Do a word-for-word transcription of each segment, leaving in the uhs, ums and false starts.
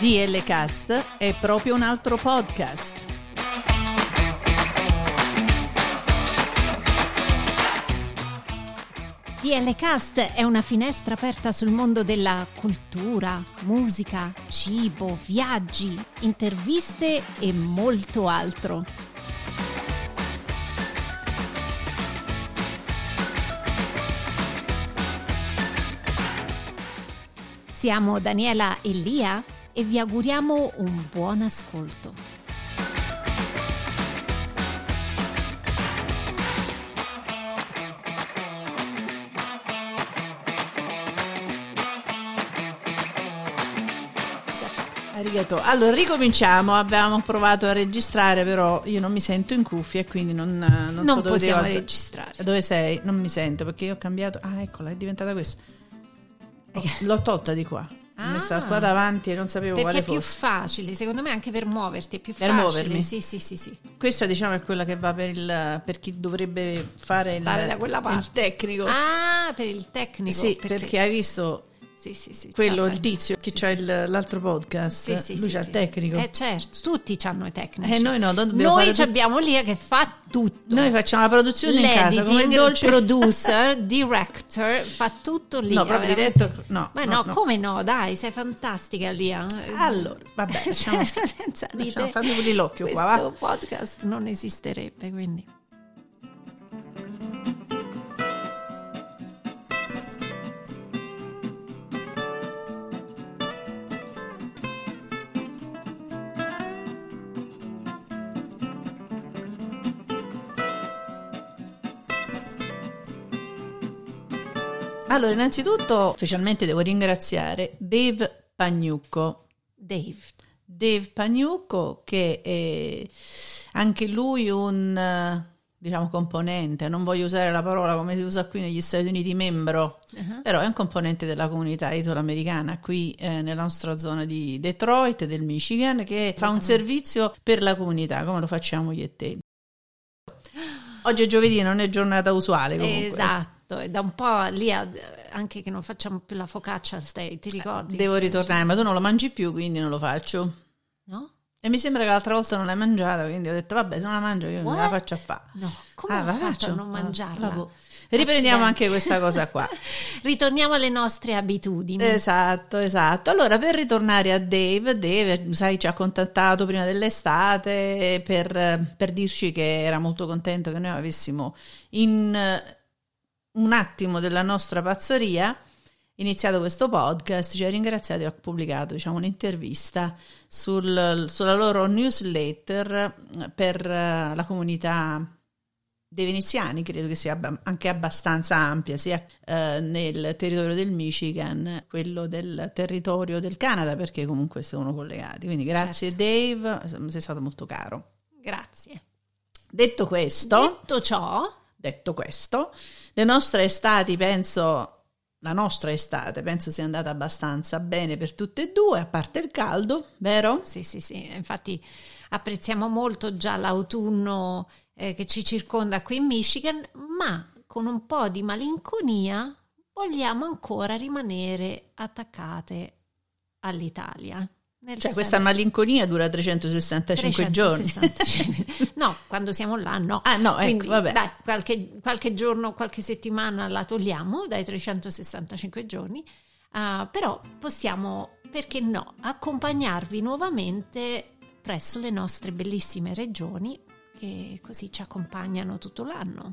D L Cast è proprio un altro podcast. D L Cast è una finestra aperta sul mondo della cultura, musica, cibo, viaggi, interviste e molto altro. Siamo Daniela e Lia e vi auguriamo un buon ascolto. Arigato. Allora ricominciamo, avevamo provato a registrare, però io non mi sento in cuffia e quindi non, non, non so dove possiamo devo... registrare. Dove sei? Non mi sento perché io ho cambiato. Ah, eccola, è diventata questa. Oh, l'ho tolta di qua. L'ho Ah, messa qua davanti e non sapevo perché quale è più fosse. facile, secondo me anche per muoverti è più Per facile. muovermi? Sì, sì, sì, sì. Questa diciamo è quella che va per, il, per chi dovrebbe fare Stare il, da quella parte. il tecnico. Ah, per il tecnico. Sì, perché, perché hai visto sì, sì, sì, quello, c'ha il senso. tizio che Sì, c'ha sì. il, l'altro podcast, Sì, sì, lui sì, c'ha sì. il tecnico. Eh certo, tutti hanno i tecnici. Eh, noi no, non dobbiamo Noi fare tutto. abbiamo Lia che fa tutto. Noi facciamo la produzione in casa come il L'editing, dolce. producer, director, fa tutto Lia. No, proprio veramente. diretto. No, Ma no, no, no. come no? Dai, sei fantastica Lia. Allora, vabbè, lasciamo, senza di lasciamo te fammi pure l'occhio qua, va? questo podcast non esisterebbe, quindi. Allora, innanzitutto, specialmente devo ringraziare Dave Pagnucco. Dave. Dave Pagnucco, che è anche lui un, eh, diciamo, componente, non voglio usare la parola come si usa qui negli Stati Uniti, membro, Uh-huh. però è un componente della comunità italo-americana qui eh, nella nostra zona di Detroit, del Michigan, che fa un servizio per la comunità, come lo facciamo io e te. Oggi è giovedì, non è giornata usuale comunque. Esatto, e da un po' lì anche che non facciamo più la focaccia, stai, ti ricordi? Devo ritornare, ma tu non lo mangi più, quindi non lo faccio. No? E mi sembra che l'altra volta non l'hai mangiata, quindi ho detto vabbè, se non la mangio io me la What? faccio a fare. No, come Ah, ho la fatto faccio? a non mangiarla? Ah, vabbè. Riprendiamo Accidenti. anche questa cosa qua. Ritorniamo alle nostre abitudini. Esatto, esatto. Allora, per ritornare a Dave, Dave, sai, ci ha contattato prima dell'estate per, per dirci che era molto contento che noi avessimo in eh, un attimo della nostra pazzeria iniziato questo podcast, ci ha ringraziato e ha pubblicato, diciamo, un'intervista sul, sulla loro newsletter per eh, la comunità dei veneziani, credo che sia abba- anche abbastanza ampia, sia eh, nel territorio del Michigan, quello del territorio del Canada, perché comunque sono collegati. Quindi grazie Certo. Dave, sei stato molto caro. Grazie. Detto questo, Detto ciò, detto questo, le nostre estati, penso, la nostra estate, penso sia andata abbastanza bene per tutte e due, a parte il caldo, vero? sì, sì, sì, infatti apprezziamo molto già l'autunno eh, che ci circonda qui in Michigan, ma con un po' di malinconia vogliamo ancora rimanere attaccate all'Italia. Nel Cioè, questa senso- malinconia dura trecentosessantacinque giorni. trecentosessantacinque No, quando siamo là no. Ah, no, ecco, Quindi, vabbè. dai, qualche, qualche giorno, qualche settimana la togliamo dai trecentosessantacinque giorni, ah, però possiamo, perché no, accompagnarvi nuovamente presso le nostre bellissime regioni che così ci accompagnano tutto l'anno.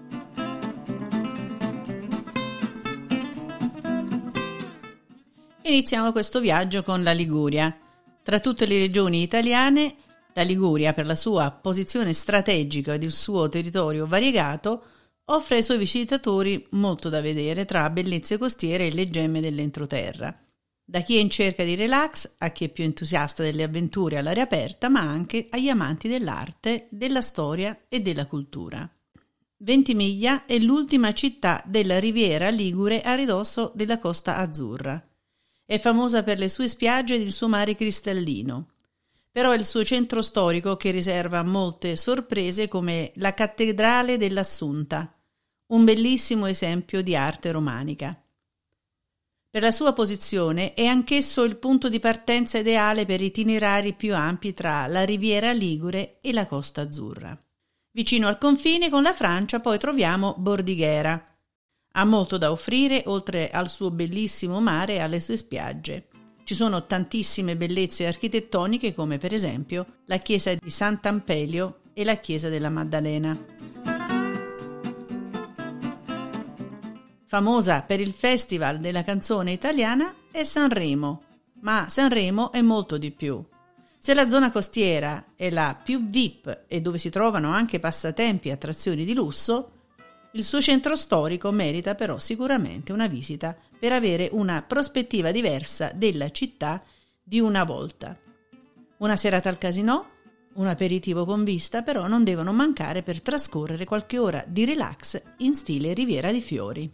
Iniziamo questo viaggio con la Liguria. Tra tutte le regioni italiane, la Liguria, per la sua posizione strategica ed il suo territorio variegato, offre ai suoi visitatori molto da vedere tra bellezze costiere e le gemme dell'entroterra. Da chi è in cerca di relax a chi è più entusiasta delle avventure all'aria aperta, ma anche agli amanti dell'arte, della storia e della cultura. Ventimiglia è l'ultima città della Riviera Ligure a ridosso della Costa Azzurra. È famosa per le sue spiagge ed il suo mare cristallino. Però è il suo centro storico che riserva molte sorprese, come la Cattedrale dell'Assunta, un bellissimo esempio di arte romanica. Per la sua posizione è anch'esso il punto di partenza ideale per itinerari più ampi tra la Riviera Ligure e la Costa Azzurra. Vicino al confine con la Francia poi troviamo Bordighera. Ha molto da offrire oltre al suo bellissimo mare e alle sue spiagge. Ci sono tantissime bellezze architettoniche come per esempio la chiesa di Sant'Ampelio e la chiesa della Maddalena. Famosa per il Festival della canzone italiana è Sanremo, ma Sanremo è molto di più. Se la zona costiera è la più V I P e dove si trovano anche passatempi e attrazioni di lusso, il suo centro storico merita però sicuramente una visita per avere una prospettiva diversa della città di una volta. Una serata al casinò, un aperitivo con vista però non devono mancare per trascorrere qualche ora di relax in stile Riviera di Fiori.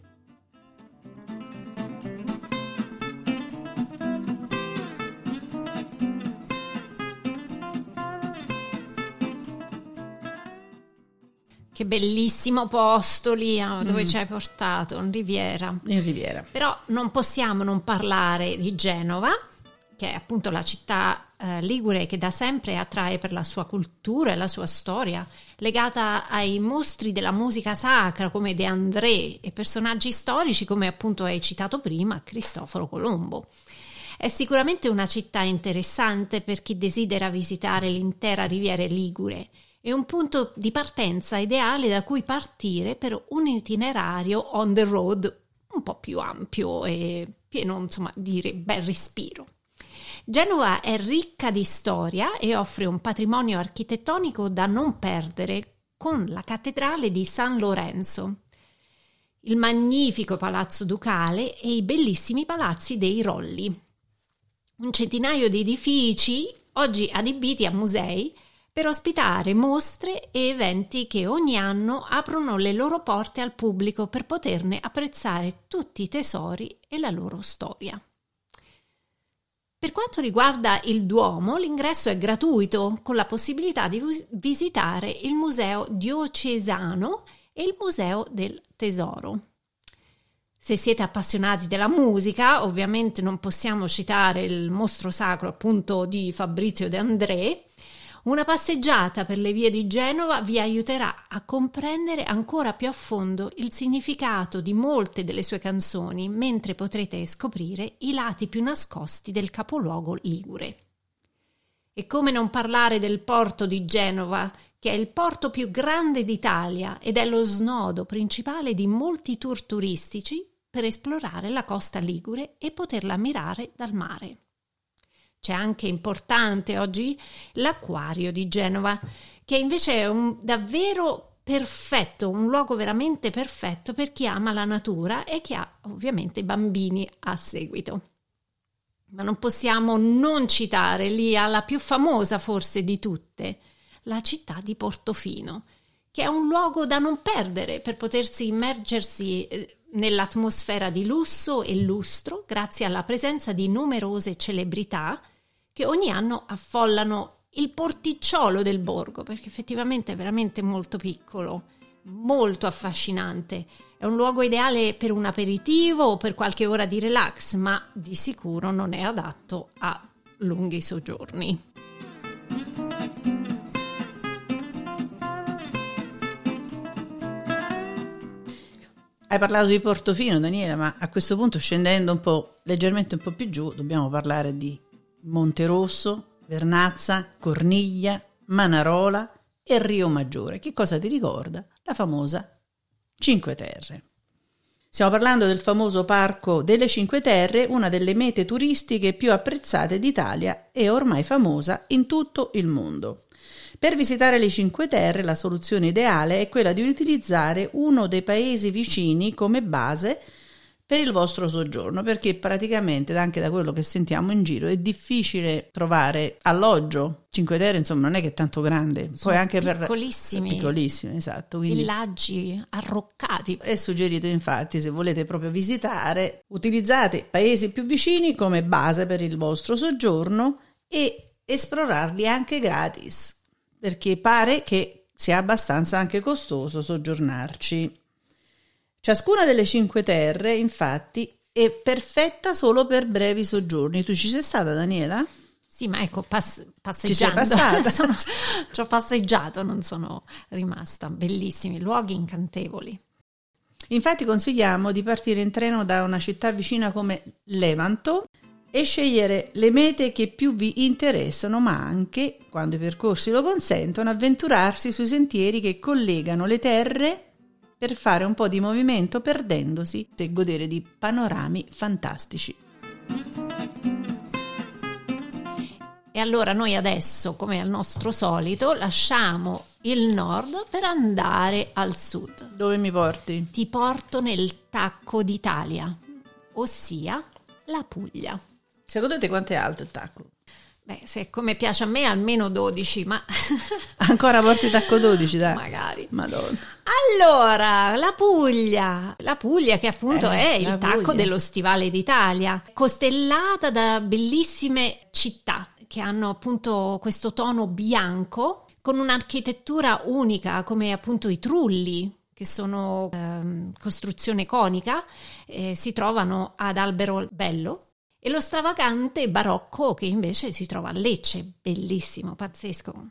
Che bellissimo posto lì dove Mm. ci hai portato, in Riviera. In Riviera. Però non possiamo non parlare di Genova, che è appunto la città eh, ligure che da sempre attrae per la sua cultura e la sua storia, legata ai mostri della musica sacra come De André e personaggi storici come appunto hai citato prima, Cristoforo Colombo. È sicuramente una città interessante per chi desidera visitare l'intera Riviera Ligure. È un punto di partenza ideale da cui partire per un itinerario on the road un po' più ampio e pieno, insomma, di bel respiro. Genova è ricca di storia e offre un patrimonio architettonico da non perdere con la cattedrale di San Lorenzo, il magnifico palazzo ducale e i bellissimi palazzi dei Rolli. Un centinaio di edifici oggi adibiti a musei per ospitare mostre e eventi che ogni anno aprono le loro porte al pubblico per poterne apprezzare tutti i tesori e la loro storia. Per quanto riguarda il Duomo, l'ingresso è gratuito, con la possibilità di visitare il Museo Diocesano e il Museo del Tesoro. Se siete appassionati della musica, ovviamente non possiamo citare il mostro sacro appunto di Fabrizio De André. Una passeggiata per le vie di Genova vi aiuterà a comprendere ancora più a fondo il significato di molte delle sue canzoni, mentre potrete scoprire i lati più nascosti del capoluogo ligure. E come non parlare del porto di Genova, che è il porto più grande d'Italia ed è lo snodo principale di molti tour turistici per esplorare la costa ligure e poterla ammirare dal mare. C'è anche importante oggi l'acquario di Genova, che invece è un davvero perfetto, un luogo veramente perfetto per chi ama la natura e chi ha ovviamente bambini a seguito. Ma non possiamo non citare lì alla più famosa forse di tutte, la città di Portofino, che è un luogo da non perdere per potersi immergersi nell'atmosfera di lusso e lustro grazie alla presenza di numerose celebrità che ogni anno affollano il porticciolo del borgo, perché effettivamente è veramente molto piccolo, molto affascinante. È un luogo ideale per un aperitivo o per qualche ora di relax, ma di sicuro non è adatto a lunghi soggiorni. Hai parlato di Portofino, Daniela, ma a questo punto, scendendo un po' leggermente un po' più giù, dobbiamo parlare di Monterosso, Vernazza, Corniglia, Manarola e Rio Maggiore. Che cosa ti ricorda? La famosa Cinque Terre. Stiamo parlando del famoso Parco delle Cinque Terre, una delle mete turistiche più apprezzate d'Italia e ormai famosa in tutto il mondo. Per visitare le Cinque Terre la soluzione ideale è quella di utilizzare uno dei paesi vicini come base per il vostro soggiorno, perché praticamente, anche da quello che sentiamo in giro, è difficile trovare alloggio. Cinque Terre, insomma, non è che è tanto grande. Sono poi anche piccolissimi, per piccolissimi, esatto. Quindi villaggi arroccati. è suggerito, infatti, se volete proprio visitare, utilizzate i paesi più vicini come base per il vostro soggiorno e esplorarli anche gratis, perché pare che sia abbastanza anche costoso soggiornarci. Ciascuna delle Cinque Terre, infatti, è perfetta solo per brevi soggiorni. Tu ci sei stata, Daniela? Sì, ma ecco, pass- passeggiando, ci sei passata? sono, ci ho passeggiato, non sono rimasta. Bellissimi, luoghi incantevoli. Infatti consigliamo di partire in treno da una città vicina come Levanto e scegliere le mete che più vi interessano, ma anche, quando i percorsi lo consentono, avventurarsi sui sentieri che collegano le terre per fare un po' di movimento perdendosi e godere di panorami fantastici. E allora noi adesso, come al nostro solito, lasciamo il nord per andare al sud. Dove mi porti? Ti porto nel tacco d'Italia, ossia la Puglia. Secondo te quanto è alto il tacco? Beh, se come piace a me almeno dodici, ma... Ancora porti tacco dodici, dai. Magari. Madonna. Allora, la Puglia. La Puglia che appunto Eh, è il la tacco Puglia. dello Stivale d'Italia, costellata da bellissime città che hanno appunto questo tono bianco, con un'architettura unica come appunto i Trulli, che sono ehm, costruzione conica, eh, si trovano ad Alberobello, e lo stravagante barocco che invece si trova a Lecce, bellissimo, pazzesco.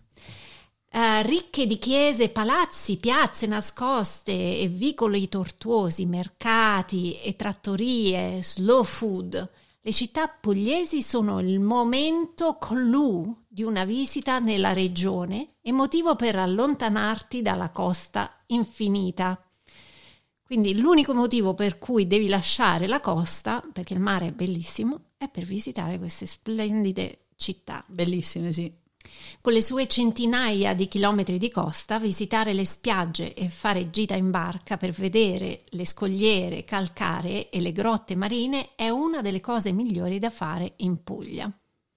Eh, ricche di chiese, palazzi, piazze nascoste e vicoli tortuosi, mercati e trattorie, slow food. Le città pugliesi sono il momento clou di una visita nella regione e motivo per allontanarti dalla costa infinita. Quindi l'unico motivo per cui devi lasciare la costa, perché il mare è bellissimo, è per visitare queste splendide città. Bellissime, sì. Con le sue centinaia di chilometri di costa, visitare le spiagge e fare gita in barca per vedere le scogliere calcaree e le grotte marine è una delle cose migliori da fare in Puglia.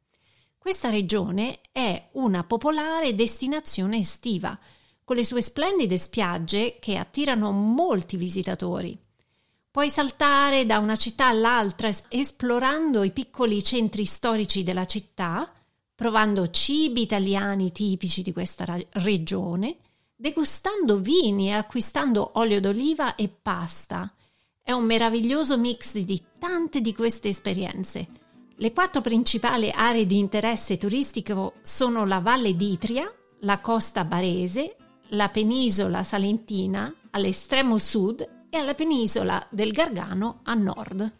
Questa regione è una popolare destinazione estiva, con le sue splendide spiagge che attirano molti visitatori. Puoi saltare da una città all'altra esplorando i piccoli centri storici della città, provando cibi italiani tipici di questa ra- regione, degustando vini e acquistando olio d'oliva e pasta. È un meraviglioso mix di tante di queste esperienze. Le quattro principali aree di interesse turistico sono la Valle d'Itria, la costa barese, la penisola salentina all'estremo sud e alla penisola del Gargano a nord.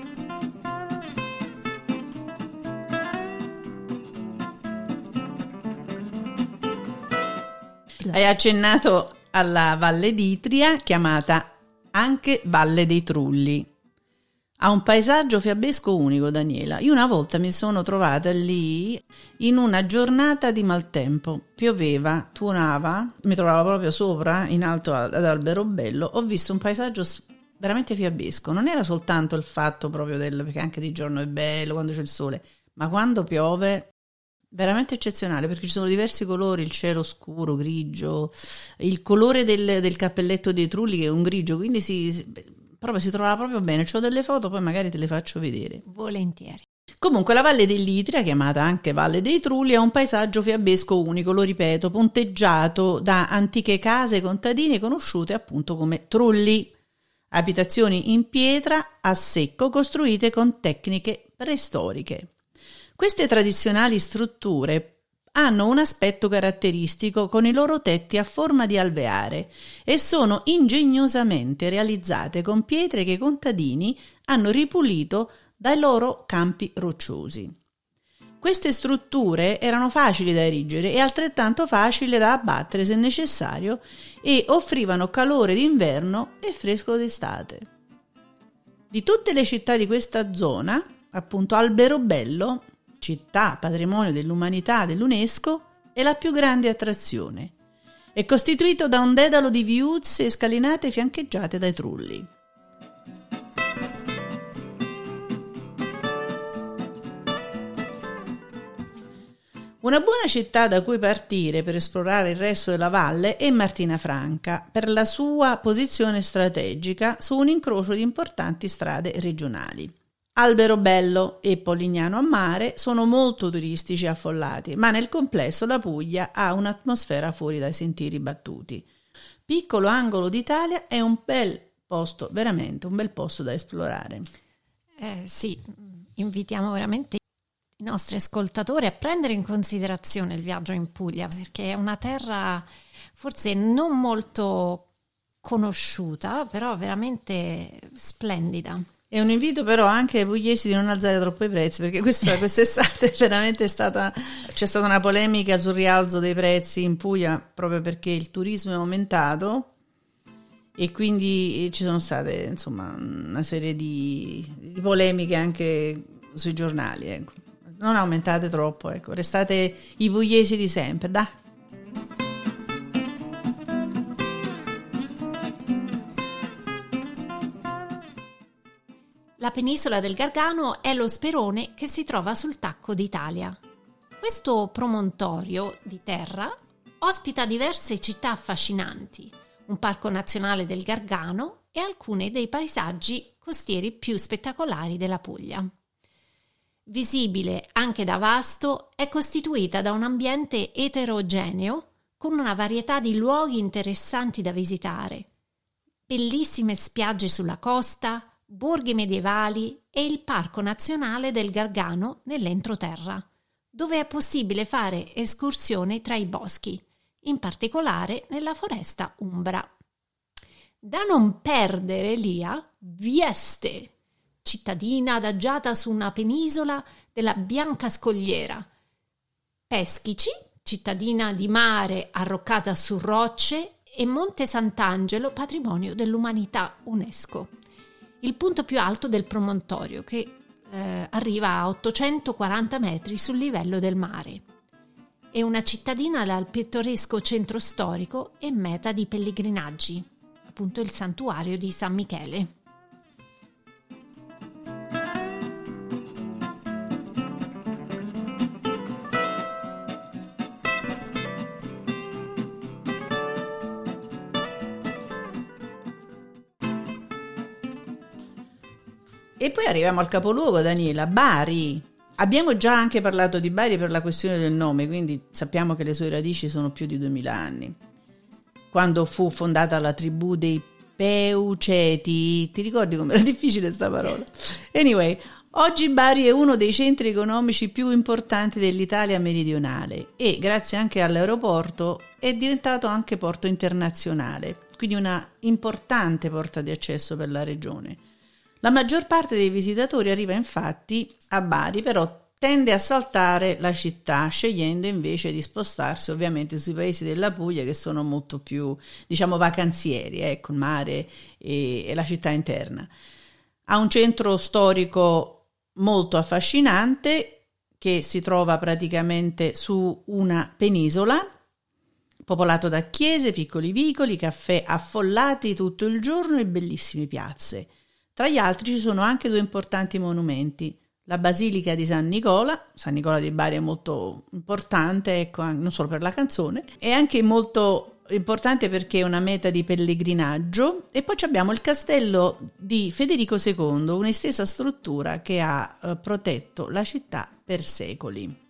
Hai accennato alla Valle d'Itria, chiamata anche Valle dei Trulli. Ha un paesaggio fiabesco unico, Daniela. Io una volta mi sono trovata lì in una giornata di maltempo. Pioveva, tuonava, mi trovavo proprio sopra, in alto ad Alberobello. Ho visto un paesaggio veramente fiabesco. Non era soltanto il fatto proprio del, perché anche di giorno è bello, quando c'è il sole, ma quando piove, veramente eccezionale, perché ci sono diversi colori, il cielo scuro, grigio, il colore del, del cappelletto dei Trulli che è un grigio, quindi si... si proprio si trovava proprio bene. C'ho delle foto, poi magari te le faccio vedere. Volentieri. Comunque la Valle dell'Itria, chiamata anche Valle dei Trulli, ha un paesaggio fiabesco unico, lo ripeto, ponteggiato da antiche case contadine conosciute appunto come trulli, abitazioni in pietra a secco costruite con tecniche preistoriche. Queste tradizionali strutture hanno un aspetto caratteristico con i loro tetti a forma di alveare e sono ingegnosamente realizzate con pietre che i contadini hanno ripulito dai loro campi rocciosi. Queste strutture erano facili da erigere e altrettanto facili da abbattere se necessario e offrivano calore d'inverno e fresco d'estate. Di tutte le città di questa zona, appunto Alberobello, città patrimonio dell'umanità dell'UNESCO, è la più grande attrazione. È costituito da un dedalo di viuzze e scalinate fiancheggiate dai trulli. Una buona città da cui partire per esplorare il resto della valle è Martina Franca, per la sua posizione strategica su un incrocio di importanti strade regionali. Alberobello e Polignano a Mare sono molto turistici e affollati, ma nel complesso la Puglia ha un'atmosfera fuori dai sentieri battuti. Piccolo angolo d'Italia è un bel posto, veramente un bel posto da esplorare. Eh, sì, invitiamo veramente i nostri ascoltatori a prendere in considerazione il viaggio in Puglia, perché è una terra forse non molto conosciuta, però veramente splendida. È un invito però anche ai pugliesi di non alzare troppo i prezzi, perché questa, quest'estate veramente è stata, c'è stata una polemica sul rialzo dei prezzi in Puglia proprio perché il turismo è aumentato e quindi ci sono state insomma una serie di, di polemiche anche sui giornali, ecco. Non aumentate troppo, ecco, restate i pugliesi di sempre, dai. La penisola del Gargano è lo sperone che si trova sul Tacco d'Italia. Questo promontorio di terra ospita diverse città affascinanti, un parco nazionale del Gargano e alcuni dei paesaggi costieri più spettacolari della Puglia. Visibile anche da Vasto, è costituita da un ambiente eterogeneo con una varietà di luoghi interessanti da visitare, bellissime spiagge sulla costa, borghi medievali e il Parco Nazionale del Gargano nell'entroterra, dove è possibile fare escursioni tra i boschi, in particolare nella foresta umbra. Da non perdere Lia, Vieste, cittadina adagiata su una penisola della Bianca Scogliera. Peschici, cittadina di mare arroccata su rocce, e Monte Sant'Angelo, patrimonio dell'umanità UNESCO. Il punto più alto del promontorio, che eh, arriva a ottocentoquaranta metri sul livello del mare. È una cittadina dal pittoresco centro storico e meta di pellegrinaggi, appunto il santuario di San Michele. E poi arriviamo al capoluogo, Daniela, Bari. Abbiamo già anche parlato di Bari per la questione del nome, quindi sappiamo che le sue radici sono più di duemila anni. Quando fu fondata la tribù dei Peuceti, ti ricordi com'era difficile sta parola? Anyway, oggi Bari è uno dei centri economici più importanti dell'Italia meridionale e grazie anche all'aeroporto è diventato anche porto internazionale, quindi una importante porta di accesso per la regione. La maggior parte dei visitatori arriva infatti a Bari, però tende a saltare la città, scegliendo invece di spostarsi ovviamente sui paesi della Puglia che sono molto più, diciamo, vacanzieri, ecco, il mare e, e la città interna. Ha un centro storico molto affascinante che si trova praticamente su una penisola, popolato da chiese, piccoli vicoli, caffè affollati tutto il giorno e bellissime piazze. Tra gli altri ci sono anche due importanti monumenti, la Basilica di San Nicola, San Nicola di Bari è molto importante, ecco, non solo per la canzone, è anche molto importante perché è una meta di pellegrinaggio, e poi abbiamo il castello di Federico secondo, un'estesa struttura che ha eh, protetto la città per secoli.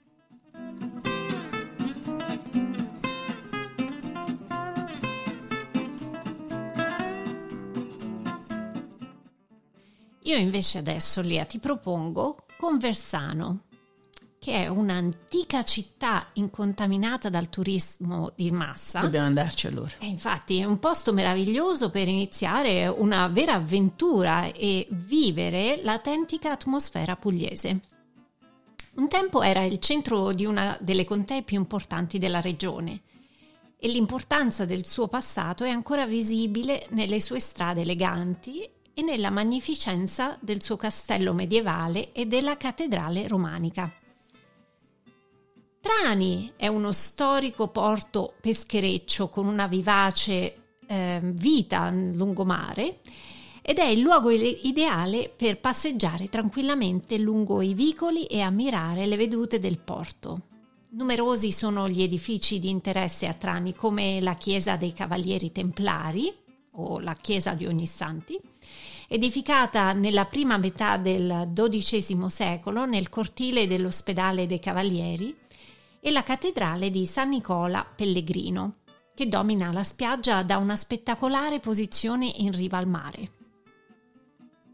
Io invece adesso, Lia, ti propongo Conversano, che è un'antica città incontaminata dal turismo di massa. Dobbiamo andarci allora. E infatti è un posto meraviglioso per iniziare una vera avventura e vivere l'autentica atmosfera pugliese. Un tempo era il centro di una delle contee più importanti della regione e l'importanza del suo passato è ancora visibile nelle sue strade eleganti e nella magnificenza del suo castello medievale e della cattedrale romanica. Trani è uno storico porto peschereccio con una vivace eh, vita lungomare ed è il luogo ideale per passeggiare tranquillamente lungo i vicoli e ammirare le vedute del porto. Numerosi sono gli edifici di interesse a Trani, come la chiesa dei Cavalieri Templari o la chiesa di Ognissanti, edificata nella prima metà del dodicesimo secolo nel cortile dell'ospedale dei Cavalieri, e la cattedrale di San Nicola Pellegrino, che domina la spiaggia da una spettacolare posizione in riva al mare.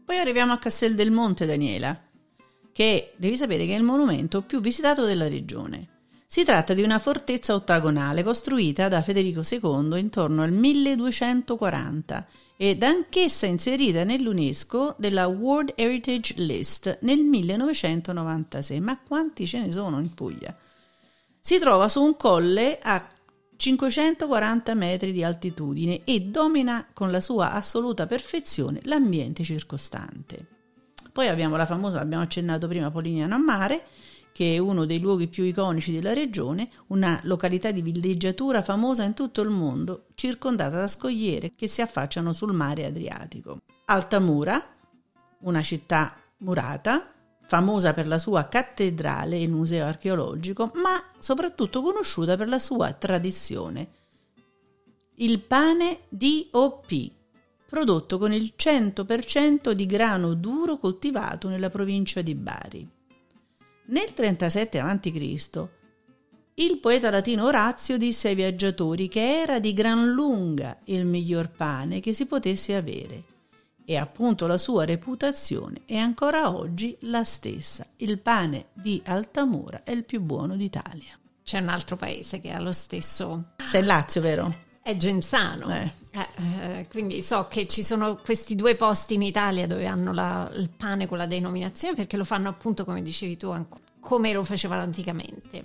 Poi arriviamo a Castel del Monte, Daniela, che devi sapere che è il monumento più visitato della regione. Si tratta di una fortezza ottagonale costruita da Federico secondo intorno al milleduecentoquaranta ed anch'essa inserita nell'UNESCO della World Heritage List nel millenovecentonovantasei. Ma quanti ce ne sono in Puglia? Si trova su un colle a cinquecentoquaranta metri di altitudine e domina con la sua assoluta perfezione l'ambiente circostante. Poi abbiamo la famosa, l'abbiamo accennato prima, Polignano a Mare, che è uno dei luoghi più iconici della regione, una località di villeggiatura famosa in tutto il mondo, circondata da scogliere che si affacciano sul mare Adriatico. Altamura, una città murata, famosa per la sua cattedrale e museo archeologico, ma soprattutto conosciuta per la sua tradizione. Il pane D O P, prodotto con il cento per cento di grano duro coltivato nella provincia di Bari. Nel trentasette avanti Cristo il poeta latino Orazio disse ai viaggiatori che era di gran lunga il miglior pane che si potesse avere, e appunto la sua reputazione è ancora oggi la stessa. Il pane di Altamura è il più buono d'Italia. C'è un altro paese che ha lo stesso. Sei in Lazio, vero? È Genzano. Eh. Eh, eh, quindi so che ci sono questi due posti in Italia dove hanno la, il pane con la denominazione, perché lo fanno appunto, come dicevi tu, anche, come lo facevano anticamente.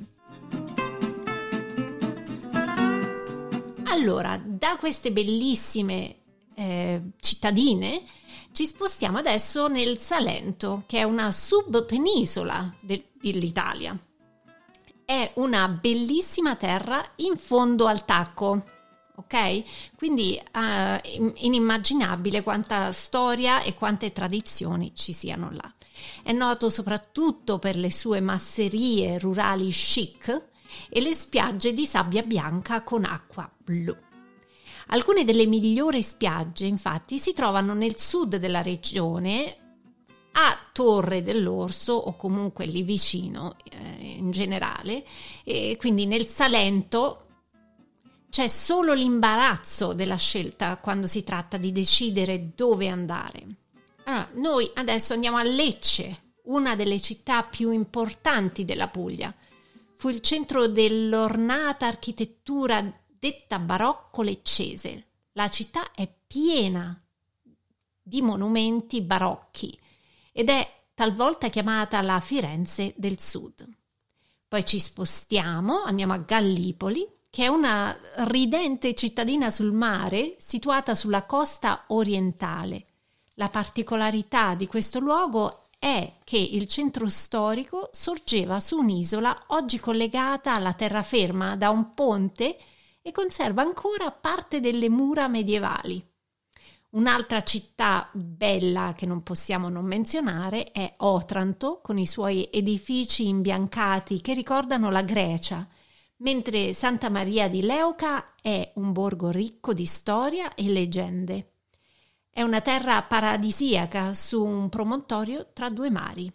Allora, da queste bellissime eh, cittadine ci spostiamo adesso nel Salento, che è una subpenisola de- dell'Italia. È una bellissima terra in fondo al Tacco. Ok? Quindi uh, inimmaginabile quanta storia e quante tradizioni ci siano là. È noto soprattutto per le sue masserie rurali chic e le spiagge di sabbia bianca con acqua blu. Alcune delle migliori spiagge, infatti, si trovano nel sud della regione, a Torre dell'Orso o comunque lì vicino eh, in generale, e quindi nel Salento. C'è solo l'imbarazzo della scelta quando si tratta di decidere dove andare. Allora, noi adesso andiamo a Lecce, una delle città più importanti della Puglia. Fu il centro dell'ornata architettura detta barocco leccese. La città è piena di monumenti barocchi ed è talvolta chiamata la Firenze del Sud. Poi ci spostiamo, andiamo a Gallipoli, che è una ridente cittadina sul mare situata sulla costa orientale. La particolarità di questo luogo è che il centro storico sorgeva su un'isola oggi collegata alla terraferma da un ponte e conserva ancora parte delle mura medievali. Un'altra città bella che non possiamo non menzionare è Otranto, con i suoi edifici imbiancati che ricordano la Grecia, mentre Santa Maria di Leuca è un borgo ricco di storia e leggende. È una terra paradisiaca su un promontorio tra due mari.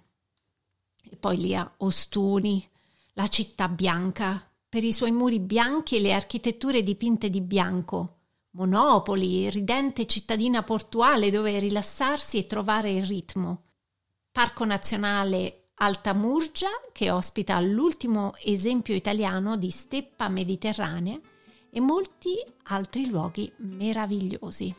E poi lì a Ostuni, la città bianca, per i suoi muri bianchi e le architetture dipinte di bianco. Monopoli, ridente cittadina portuale dove rilassarsi e trovare il ritmo. Parco nazionale Alta Murgia, che ospita l'ultimo esempio italiano di steppa mediterranea, e molti altri luoghi meravigliosi.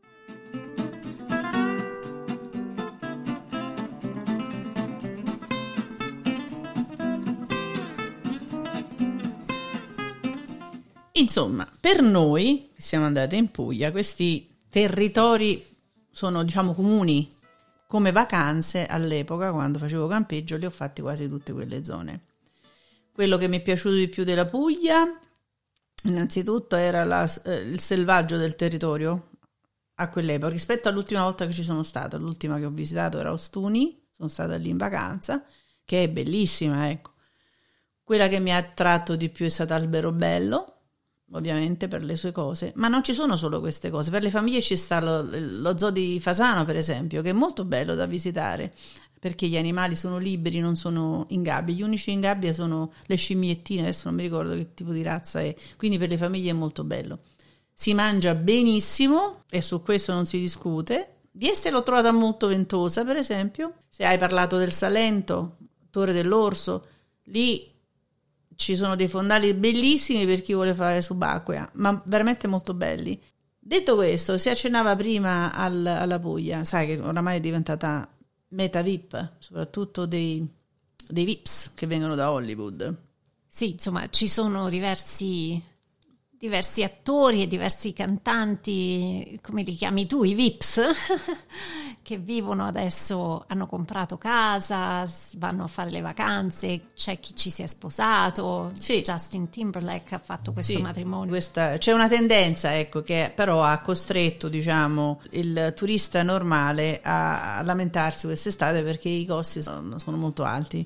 Insomma, per noi che siamo andate in Puglia, questi territori sono, diciamo, comuni. Come vacanze all'epoca, quando facevo campeggio, le ho fatte quasi tutte quelle zone. Quello che mi è piaciuto di più della Puglia, innanzitutto, era la, eh, il selvaggio del territorio a quell'epoca, rispetto all'ultima volta che ci sono stata. L'ultima che ho visitato era Ostuni, sono stata lì in vacanza, che è bellissima, ecco. Quella che mi ha attratto di più è stata Alberobello, ovviamente per le sue cose, ma non ci sono solo queste cose. Per le famiglie ci sta lo, lo zoo di Fasano, per esempio, che è molto bello da visitare, perché gli animali sono liberi, non sono in gabbia. Gli unici in gabbia sono le scimmiettine, adesso non mi ricordo che tipo di razza è, quindi per le famiglie è molto bello. Si mangia benissimo e su questo non si discute, Vieste l'ho trovata molto ventosa, per esempio. Se hai parlato del Salento, Torre dell'Orso, lì ci sono dei fondali bellissimi per chi vuole fare subacquea, ma veramente molto belli. Detto questo, si accennava prima al, alla Puglia, sai che oramai è diventata meta V I P, soprattutto dei, dei V I Ps che vengono da Hollywood. Sì, insomma, ci sono diversi, diversi attori e diversi cantanti, come li chiami tu, i V I Ps, che vivono adesso, hanno comprato casa, vanno a fare le vacanze, c'è chi ci si è sposato, sì. Justin Timberlake ha fatto questo sì, matrimonio. Questa, c'è una tendenza, ecco, che però ha costretto, diciamo, il turista normale a, a lamentarsi quest'estate perché i costi sono, sono molto alti.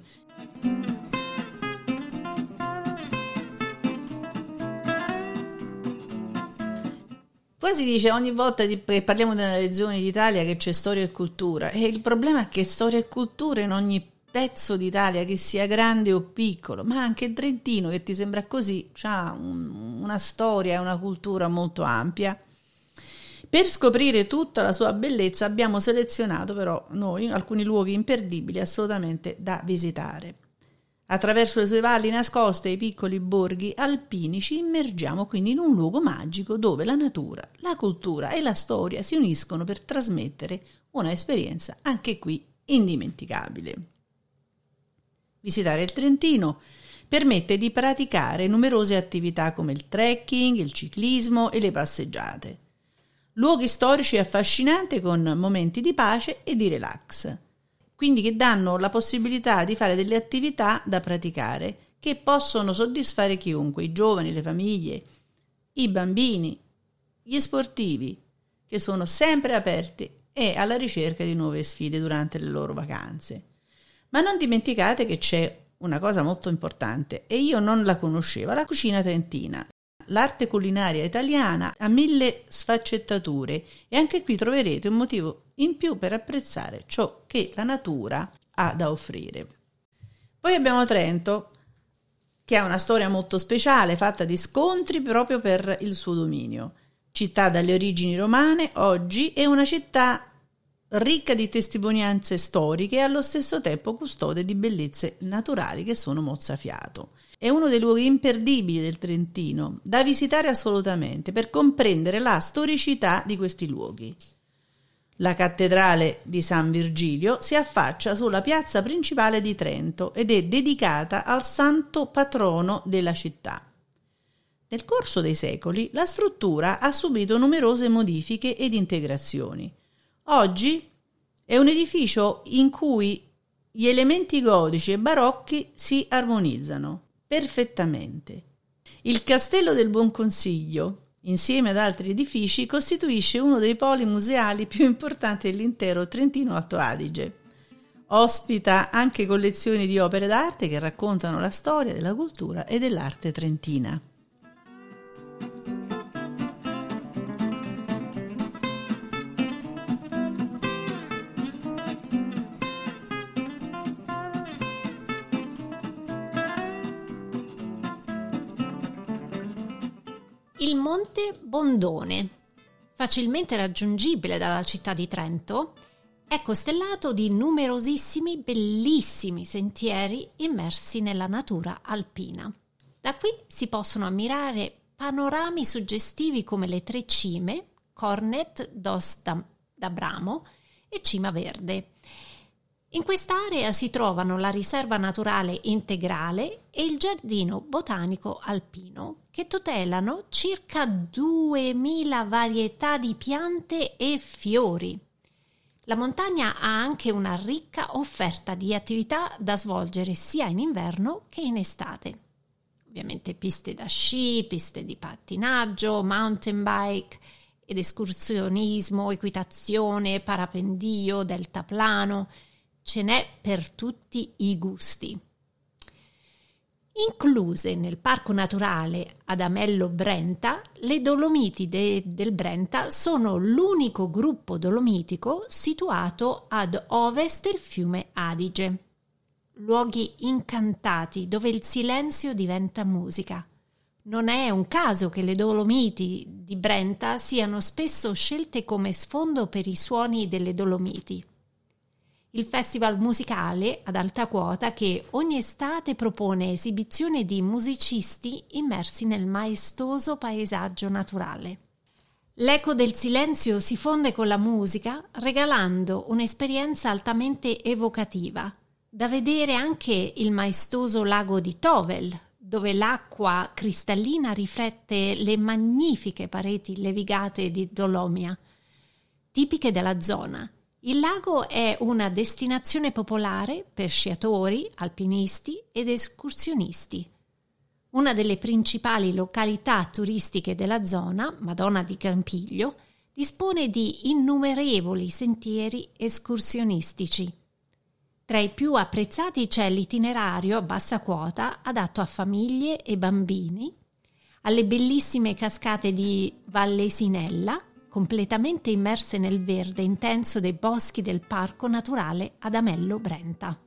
Poi si dice ogni volta che parliamo di una regione d'Italia che c'è storia e cultura, e il problema è che storia e cultura in ogni pezzo d'Italia, che sia grande o piccolo, ma anche il Trentino, che ti sembra così, ha un, una storia e una cultura molto ampia. Per scoprire tutta la sua bellezza abbiamo selezionato però noi alcuni luoghi imperdibili assolutamente da visitare. Attraverso le sue valli nascoste e i piccoli borghi alpini ci immergiamo quindi in un luogo magico dove la natura, la cultura e la storia si uniscono per trasmettere una esperienza anche qui indimenticabile. Visitare il Trentino permette di praticare numerose attività come il trekking, il ciclismo e le passeggiate. Luoghi storici affascinanti con momenti di pace e di relax. Quindi che danno la possibilità di fare delle attività da praticare che possono soddisfare chiunque, i giovani, le famiglie, i bambini, gli sportivi, che sono sempre aperti e alla ricerca di nuove sfide durante le loro vacanze. Ma non dimenticate che c'è una cosa molto importante e io non la conoscevo, la cucina trentina. L'arte culinaria italiana ha mille sfaccettature e anche qui troverete un motivo in più per apprezzare ciò che la natura ha da offrire. Poi abbiamo Trento, che ha una storia molto speciale, fatta di scontri proprio per il suo dominio. Città dalle origini romane, oggi è una città ricca di testimonianze storiche e allo stesso tempo custode di bellezze naturali che sono mozzafiato. È uno dei luoghi imperdibili del Trentino, da visitare assolutamente per comprendere la storicità di questi luoghi. La cattedrale di San Virgilio si affaccia sulla piazza principale di Trento ed è dedicata al santo patrono della città. Nel corso dei secoli la struttura ha subito numerose modifiche ed integrazioni. Oggi è un edificio in cui gli elementi gotici e barocchi si armonizzano perfettamente. Il Castello del Buon Consiglio, insieme ad altri edifici, costituisce uno dei poli museali più importanti dell'intero Trentino Alto Adige. Ospita anche collezioni di opere d'arte che raccontano la storia della cultura e dell'arte trentina. Il Monte Bondone, facilmente raggiungibile dalla città di Trento, è costellato di numerosissimi bellissimi sentieri immersi nella natura alpina. Da qui si possono ammirare panorami suggestivi come le Tre Cime, Cornet dos d'Abramo e Cima Verde. In quest'area si trovano la riserva naturale integrale e il giardino botanico alpino, che tutelano circa duemila varietà di piante e fiori. La montagna ha anche una ricca offerta di attività da svolgere sia in inverno che in estate. Ovviamente piste da sci, piste di pattinaggio, mountain bike ed escursionismo, equitazione, parapendio, deltaplano. Ce n'è per tutti i gusti. Incluse nel Parco Naturale Adamello Brenta, le Dolomiti de- del Brenta sono l'unico gruppo dolomitico situato ad ovest del fiume Adige. Luoghi incantati dove il silenzio diventa musica. Non è un caso che le Dolomiti di Brenta siano spesso scelte come sfondo per i suoni delle Dolomiti. Il festival musicale ad alta quota che ogni estate propone esibizioni di musicisti immersi nel maestoso paesaggio naturale. L'eco del silenzio si fonde con la musica, regalando un'esperienza altamente evocativa, da vedere anche il maestoso lago di Tovel, dove l'acqua cristallina riflette le magnifiche pareti levigate di Dolomia, tipiche della zona. Il lago è una destinazione popolare per sciatori, alpinisti ed escursionisti. Una delle principali località turistiche della zona, Madonna di Campiglio, dispone di innumerevoli sentieri escursionistici. Tra i più apprezzati c'è l'itinerario a bassa quota adatto a famiglie e bambini, alle bellissime cascate di Vallesinella, completamente immerse nel verde intenso dei boschi del Parco Naturale Adamello Brenta.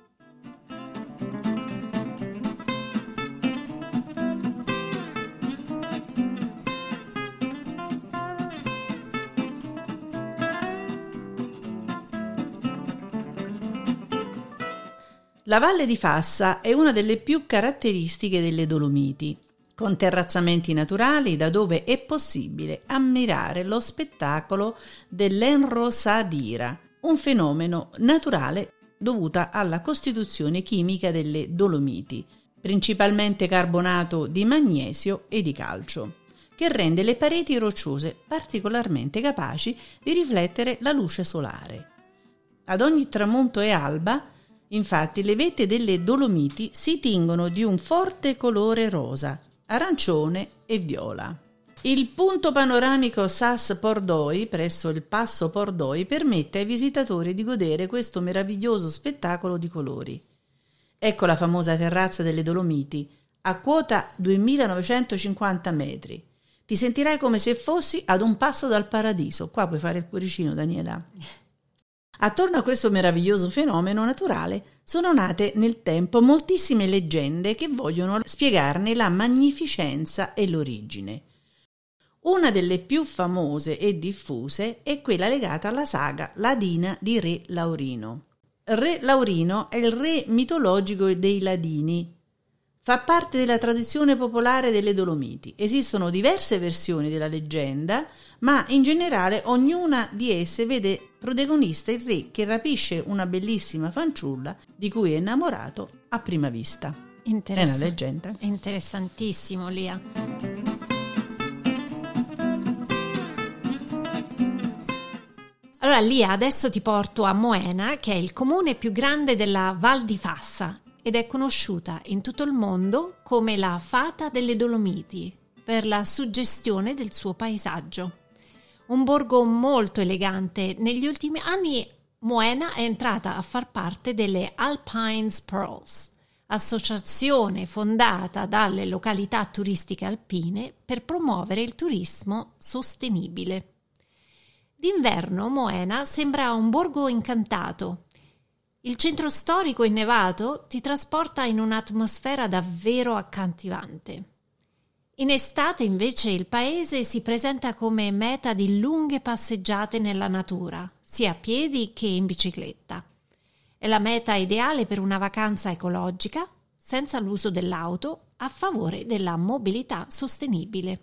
La Valle di Fassa è una delle più caratteristiche delle Dolomiti, con terrazzamenti naturali da dove è possibile ammirare lo spettacolo dell'Enrosadira, un fenomeno naturale dovuto alla costituzione chimica delle Dolomiti, principalmente carbonato di magnesio e di calcio, che rende le pareti rocciose particolarmente capaci di riflettere la luce solare. Ad ogni tramonto e alba, infatti, le vette delle Dolomiti si tingono di un forte colore rosa, arancione e viola. Il punto panoramico Sas Pordoi presso il Passo Pordoi permette ai visitatori di godere questo meraviglioso spettacolo di colori. Ecco la famosa terrazza delle Dolomiti, a quota duemilanovecentocinquanta metri. Ti sentirai come se fossi ad un passo dal paradiso. Qua puoi fare il cuoricino, Daniela. Attorno a questo meraviglioso fenomeno naturale sono nate nel tempo moltissime leggende che vogliono spiegarne la magnificenza e l'origine. Una delle più famose e diffuse è quella legata alla saga ladina di Re Laurino. Re Laurino è il re mitologico dei Ladini. Fa parte della tradizione popolare delle Dolomiti. Esistono diverse versioni della leggenda, ma in generale ognuna di esse vede protagonista il re che rapisce una bellissima fanciulla di cui è innamorato a prima vista. È una leggenda. Interessantissimo, Lia. Allora, Lia, adesso ti porto a Moena, che è il comune più grande della Val di Fassa ed è conosciuta in tutto il mondo come la Fata delle Dolomiti per la suggestione del suo paesaggio. Un borgo molto elegante. Negli ultimi anni Moena è entrata a far parte delle Alpine Pearls, associazione fondata dalle località turistiche alpine per promuovere il turismo sostenibile. D'inverno Moena sembra un borgo incantato. Il centro storico innevato ti trasporta in un'atmosfera davvero accattivante. In estate invece il paese si presenta come meta di lunghe passeggiate nella natura, sia a piedi che in bicicletta. È la meta ideale per una vacanza ecologica, senza l'uso dell'auto, a favore della mobilità sostenibile.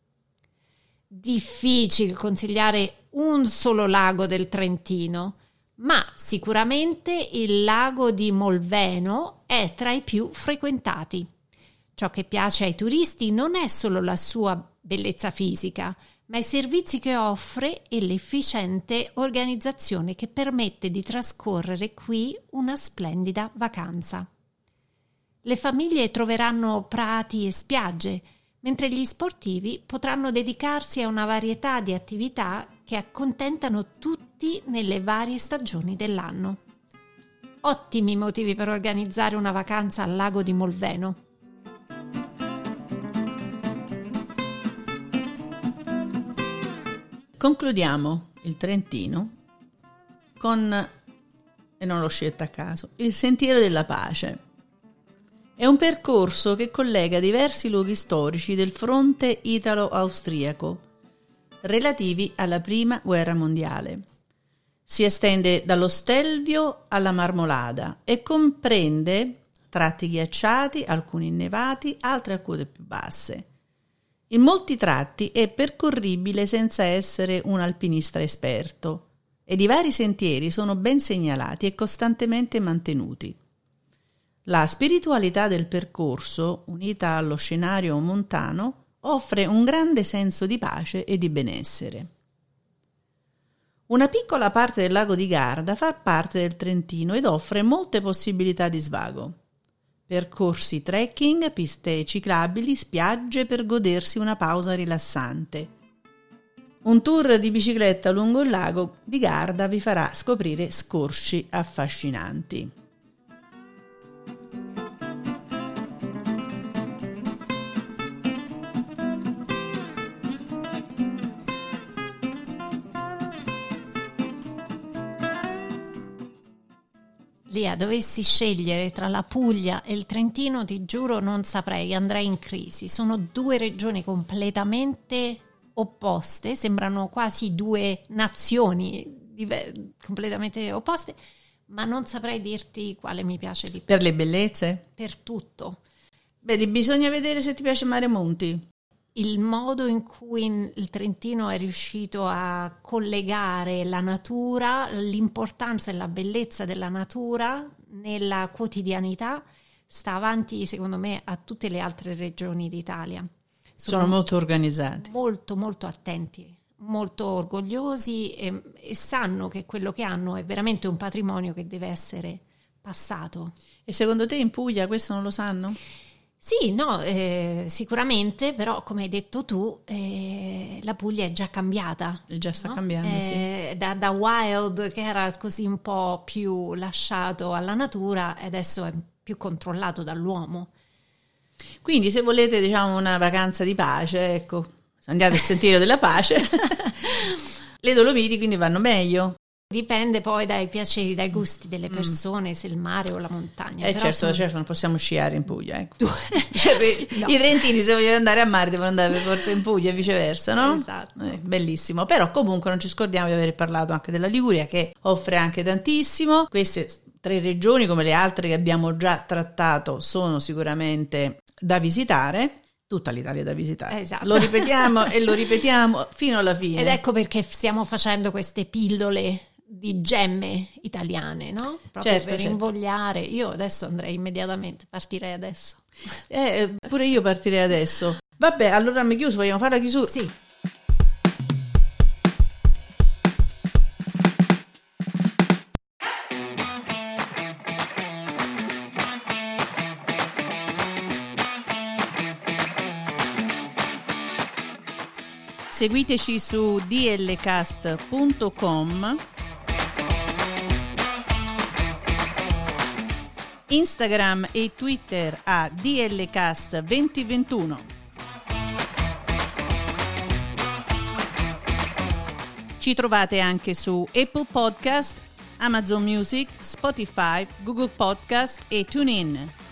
Difficile consigliare un solo lago del Trentino, ma sicuramente il lago di Molveno è tra i più frequentati. Ciò che piace ai turisti non è solo la sua bellezza fisica, ma i servizi che offre e l'efficiente organizzazione che permette di trascorrere qui una splendida vacanza. Le famiglie troveranno prati e spiagge, mentre gli sportivi potranno dedicarsi a una varietà di attività che accontentano tutti nelle varie stagioni dell'anno. Ottimi motivi per organizzare una vacanza al lago di Molveno. Concludiamo il Trentino con, e non l'ho scelto a caso, il Sentiero della Pace. È un percorso che collega diversi luoghi storici del fronte italo-austriaco, relativi alla Prima Guerra Mondiale. Si estende dallo Stelvio alla Marmolada e comprende tratti ghiacciati, alcuni innevati, altri a quote più basse. In molti tratti è percorribile senza essere un alpinista esperto ed i vari sentieri sono ben segnalati e costantemente mantenuti. La spiritualità del percorso, unita allo scenario montano, offre un grande senso di pace e di benessere. Una piccola parte del lago di Garda fa parte del Trentino ed offre molte possibilità di svago. Percorsi trekking, piste ciclabili, spiagge per godersi una pausa rilassante. Un tour di bicicletta lungo il lago di Garda vi farà scoprire scorci affascinanti. Lia, dovessi scegliere tra la Puglia e il Trentino, ti giuro non saprei, andrei in crisi. Sono due regioni completamente opposte, sembrano quasi due nazioni diver- completamente opposte, ma non saprei dirti quale mi piace di più. Per le bellezze? Per tutto. Vedi, bisogna vedere se ti piace Mare Monti. Il modo in cui il Trentino è riuscito a collegare la natura, l'importanza e la bellezza della natura nella quotidianità sta avanti, secondo me, a tutte le altre regioni d'Italia. Sono, Sono molto organizzati. Molto, molto attenti, molto orgogliosi e, e sanno che quello che hanno è veramente un patrimonio che deve essere passato. E secondo te in Puglia questo non lo sanno? Sì, no, eh, sicuramente, però come hai detto tu, eh, la Puglia è già cambiata. E già sta no? cambiando, eh, sì. Da, da wild, che era così un po' più lasciato alla natura, e adesso è più controllato dall'uomo. Quindi se volete, diciamo, una vacanza di pace, ecco, andate al Sentiero della Pace, le Dolomiti quindi vanno meglio. Dipende poi dai piaceri, dai gusti delle persone, mm. se il mare o la montagna. Eh Però certo, sono... certo, non possiamo sciare in Puglia. Ecco. Cioè, no. I trentini se vogliono andare a mare devono andare per forza in Puglia e viceversa, no? Esatto. Eh, bellissimo. Però comunque non ci scordiamo di aver parlato anche della Liguria, che offre anche tantissimo. Queste tre regioni, come le altre che abbiamo già trattato, sono sicuramente da visitare. Tutta l'Italia da visitare. Esatto. Lo ripetiamo e lo ripetiamo fino alla fine. Ed ecco perché stiamo facendo queste pillole di gemme italiane, no? Proprio certo, per certo. invogliare. Io adesso andrei immediatamente, partirei adesso. Eh, pure io partirei adesso. Vabbè, allora mi chiuso, vogliamo fare la chiusura? Sì. Seguiteci su d l cast punto com, Instagram e Twitter a D L Cast duemilaventuno. Ci trovate anche su Apple Podcast, Amazon Music, Spotify, Google Podcast e TuneIn.